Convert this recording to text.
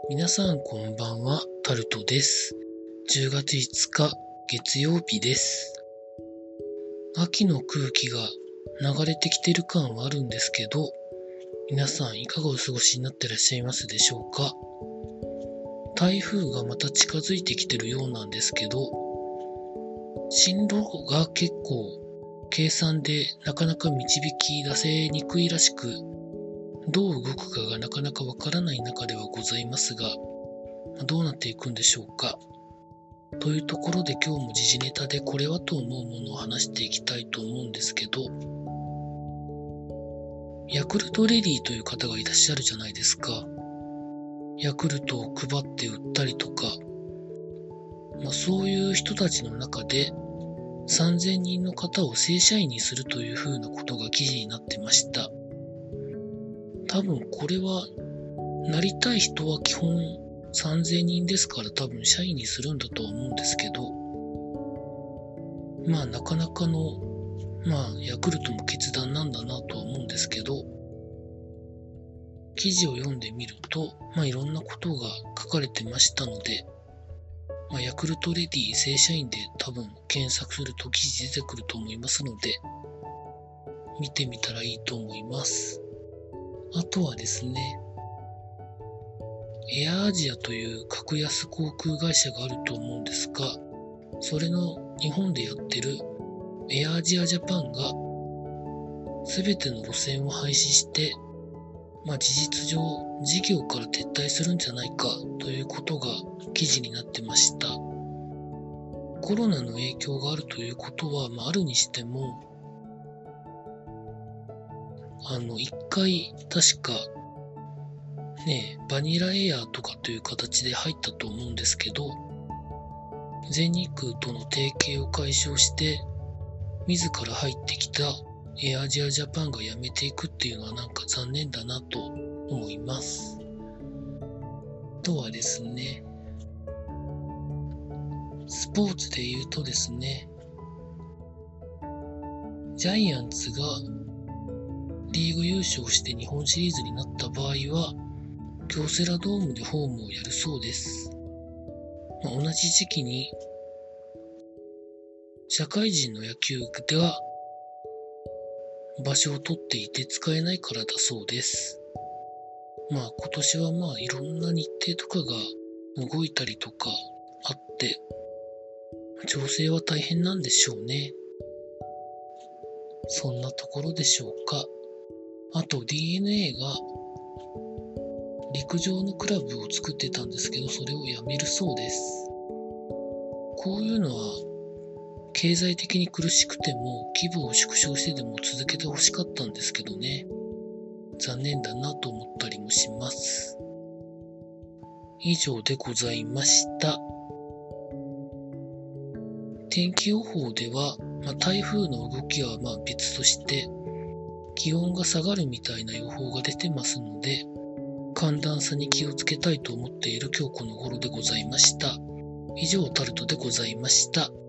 皆さんこんばんは、タルトです。10月5日月曜日です。秋の空気が流れてきてる感はあるんですけど、皆さんいかがお過ごしになってらっしゃいますでしょうか。台風がまた近づいてきてるようなんですけど、進路が結構計算でなかなか導き出せにくいらしく、どう動くかがなかなかわからない中ではございますが、どうなっていくんでしょうか。というところで今日も時事ネタでこれはと思うものを話していきたいと思うんですけど、ヤクルトレディという方がいらっしゃるじゃないですか。ヤクルトを配って売ったりとか、そういう人たちの中で3000人の方を正社員にするというふうなことが記事になってました。多分これはなりたい人は基本3000人ですから多分社員にするんだとは思うんですけど、なかなかのヤクルトも決断なんだなとは思うんですけど、記事を読んでみるといろんなことが書かれてましたので、ヤクルトレディ正社員で多分検索すると記事出てくると思いますので、見てみたらいいと思います。あとはですね、エアアジアという格安航空会社があると思うんですが、それの日本でやってるエアアジアジャパンが全ての路線を廃止して、事実上事業から撤退するんじゃないかということが記事になってました。コロナの影響があるということはあるにしても、一回確かバニラエアーとかという形で入ったと思うんですけど、全日空との提携を解消して自ら入ってきたエアアジアジャパンが辞めていくっていうのは残念だなと思います。あとはですね、スポーツで言うとですね、ジャイアンツがリーグ優勝して日本シリーズになった場合は京セラドームでホームをやるそうです。同じ時期に社会人の野球では場所を取っていて使えないからだそうです。今年はいろんな日程とかが動いたりとかあって調整は大変なんでしょうね。そんなところでしょうか。あと DNA が陸上のクラブを作ってたんですけど、それをやめるそうです。こういうのは経済的に苦しくても規模を縮小してでも続けてほしかったんですけどね。残念だなと思ったりもします。以上でございました。天気予報では、台風の動きは別として気温が下がるみたいな予報が出てますので、寒暖差に気をつけたいと思っている今日この頃でございました。以上タルトでございました。